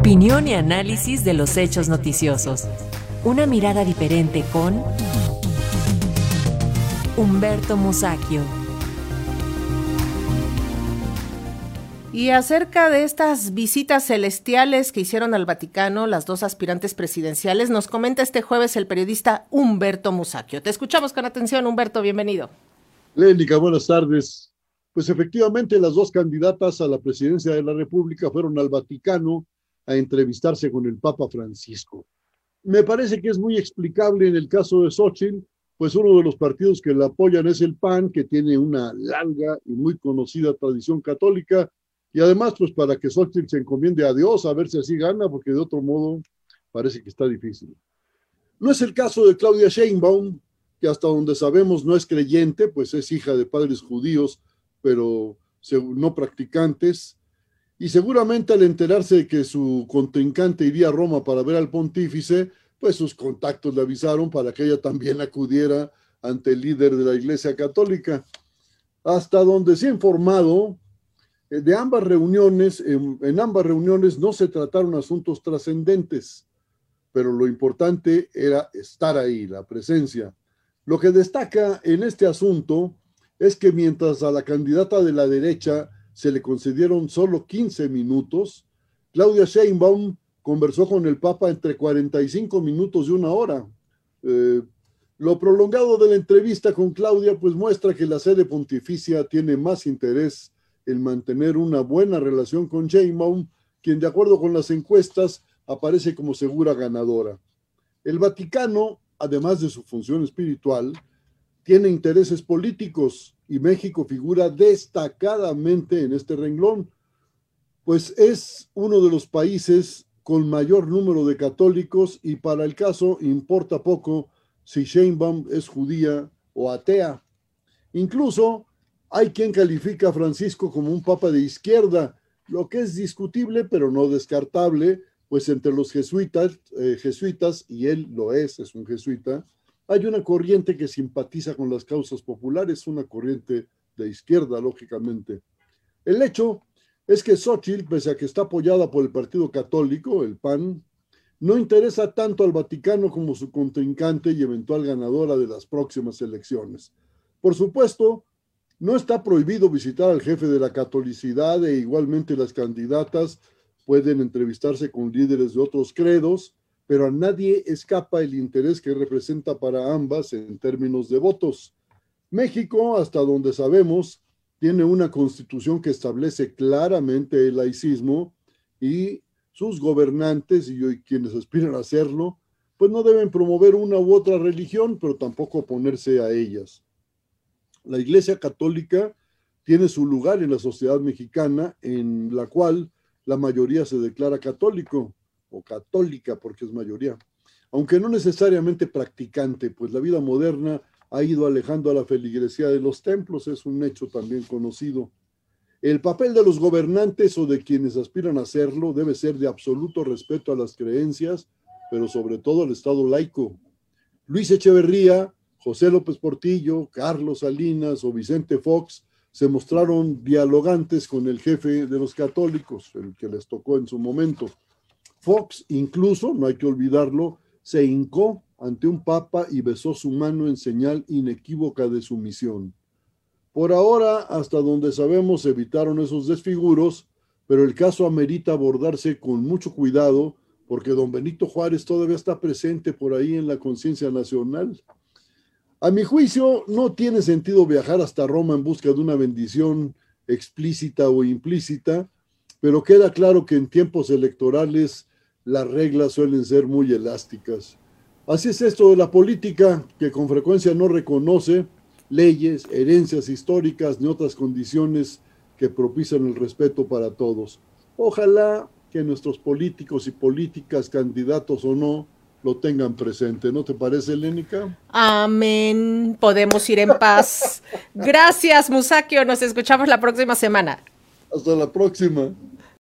Opinión y análisis de los hechos noticiosos. Una mirada diferente con Humberto Musacchio. Y acerca de estas visitas celestiales que hicieron al Vaticano las dos aspirantes presidenciales, nos comenta este jueves el periodista Humberto Musacchio. Te escuchamos con atención, Humberto, bienvenido. Lénica, buenas tardes. Pues efectivamente las dos candidatas a la presidencia de la República fueron al Vaticano a entrevistarse con el Papa Francisco. Me parece que es muy explicable en el caso de Xóchitl, pues uno de los partidos que la apoyan es el PAN, que tiene una larga y muy conocida tradición católica, y además pues para que Xóchitl se encomiende a Dios, a ver si así gana, porque de otro modo parece que está difícil. No es el caso de Claudia Sheinbaum, que hasta donde sabemos no es creyente, pues es hija de padres judíos, pero no practicantes, y seguramente al enterarse de que su contrincante iría a Roma para ver al pontífice, pues sus contactos le avisaron para que ella también acudiera ante el líder de la Iglesia Católica. Hasta donde se ha informado, de ambas reuniones, en ambas reuniones no se trataron asuntos trascendentes, pero lo importante era estar ahí, la presencia. Lo que destaca en este asunto es que mientras a la candidata de la derecha se le concedieron solo 15 minutos, Claudia Sheinbaum conversó con el Papa entre 45 minutos y una hora. Lo prolongado de la entrevista con Claudia pues muestra que la sede pontificia tiene más interés en mantener una buena relación con Sheinbaum, quien de acuerdo con las encuestas aparece como segura ganadora. El Vaticano, además de su función espiritual, tiene intereses políticos y México figura destacadamente en este renglón, pues es uno de los países con mayor número de católicos y para el caso importa poco si Sheinbaum es judía o atea. Incluso hay quien califica a Francisco como un papa de izquierda, lo que es discutible pero no descartable, pues entre los jesuitas, y él lo es un jesuita, hay una corriente que simpatiza con las causas populares, una corriente de izquierda, lógicamente. El hecho es que Xóchitl, pese a que está apoyada por el Partido Católico, el PAN, no interesa tanto al Vaticano como su contrincante y eventual ganadora de las próximas elecciones. Por supuesto, no está prohibido visitar al jefe de la catolicidad e igualmente las candidatas pueden entrevistarse con líderes de otros credos, pero a nadie escapa el interés que representa para ambas en términos de votos. México, hasta donde sabemos, tiene una constitución que establece claramente el laicismo y sus gobernantes y quienes aspiran a hacerlo, pues no deben promover una u otra religión, pero tampoco oponerse a ellas. La Iglesia Católica tiene su lugar en la sociedad mexicana, en la cual la mayoría se declara católico, o católica porque es mayoría, aunque no necesariamente practicante, pues la vida moderna ha ido alejando a la feligresía de los templos, es un hecho también conocido. El papel de los gobernantes o de quienes aspiran a hacerlo debe ser de absoluto respeto a las creencias, pero sobre todo al Estado laico. Luis Echeverría, José López Portillo, Carlos Salinas o Vicente Fox se mostraron dialogantes con el jefe de los católicos, el que les tocó en su momento. Fox incluso, no hay que olvidarlo, se hincó ante un papa y besó su mano en señal inequívoca de sumisión. Por ahora, hasta donde sabemos, evitaron esos desfiguros, pero el caso amerita abordarse con mucho cuidado porque don Benito Juárez todavía está presente por ahí en la conciencia nacional. A mi juicio, no tiene sentido viajar hasta Roma en busca de una bendición explícita o implícita, pero queda claro que en tiempos electorales las reglas suelen ser muy elásticas. Así es esto de la política, que con frecuencia no reconoce leyes, herencias históricas ni otras condiciones que propician el respeto para todos. Ojalá que nuestros políticos y políticas, candidatos o no, lo tengan presente. ¿No te parece, Lénica? Amén. Podemos ir en paz. Gracias, Musacchio. Nos escuchamos la próxima semana. Hasta la próxima.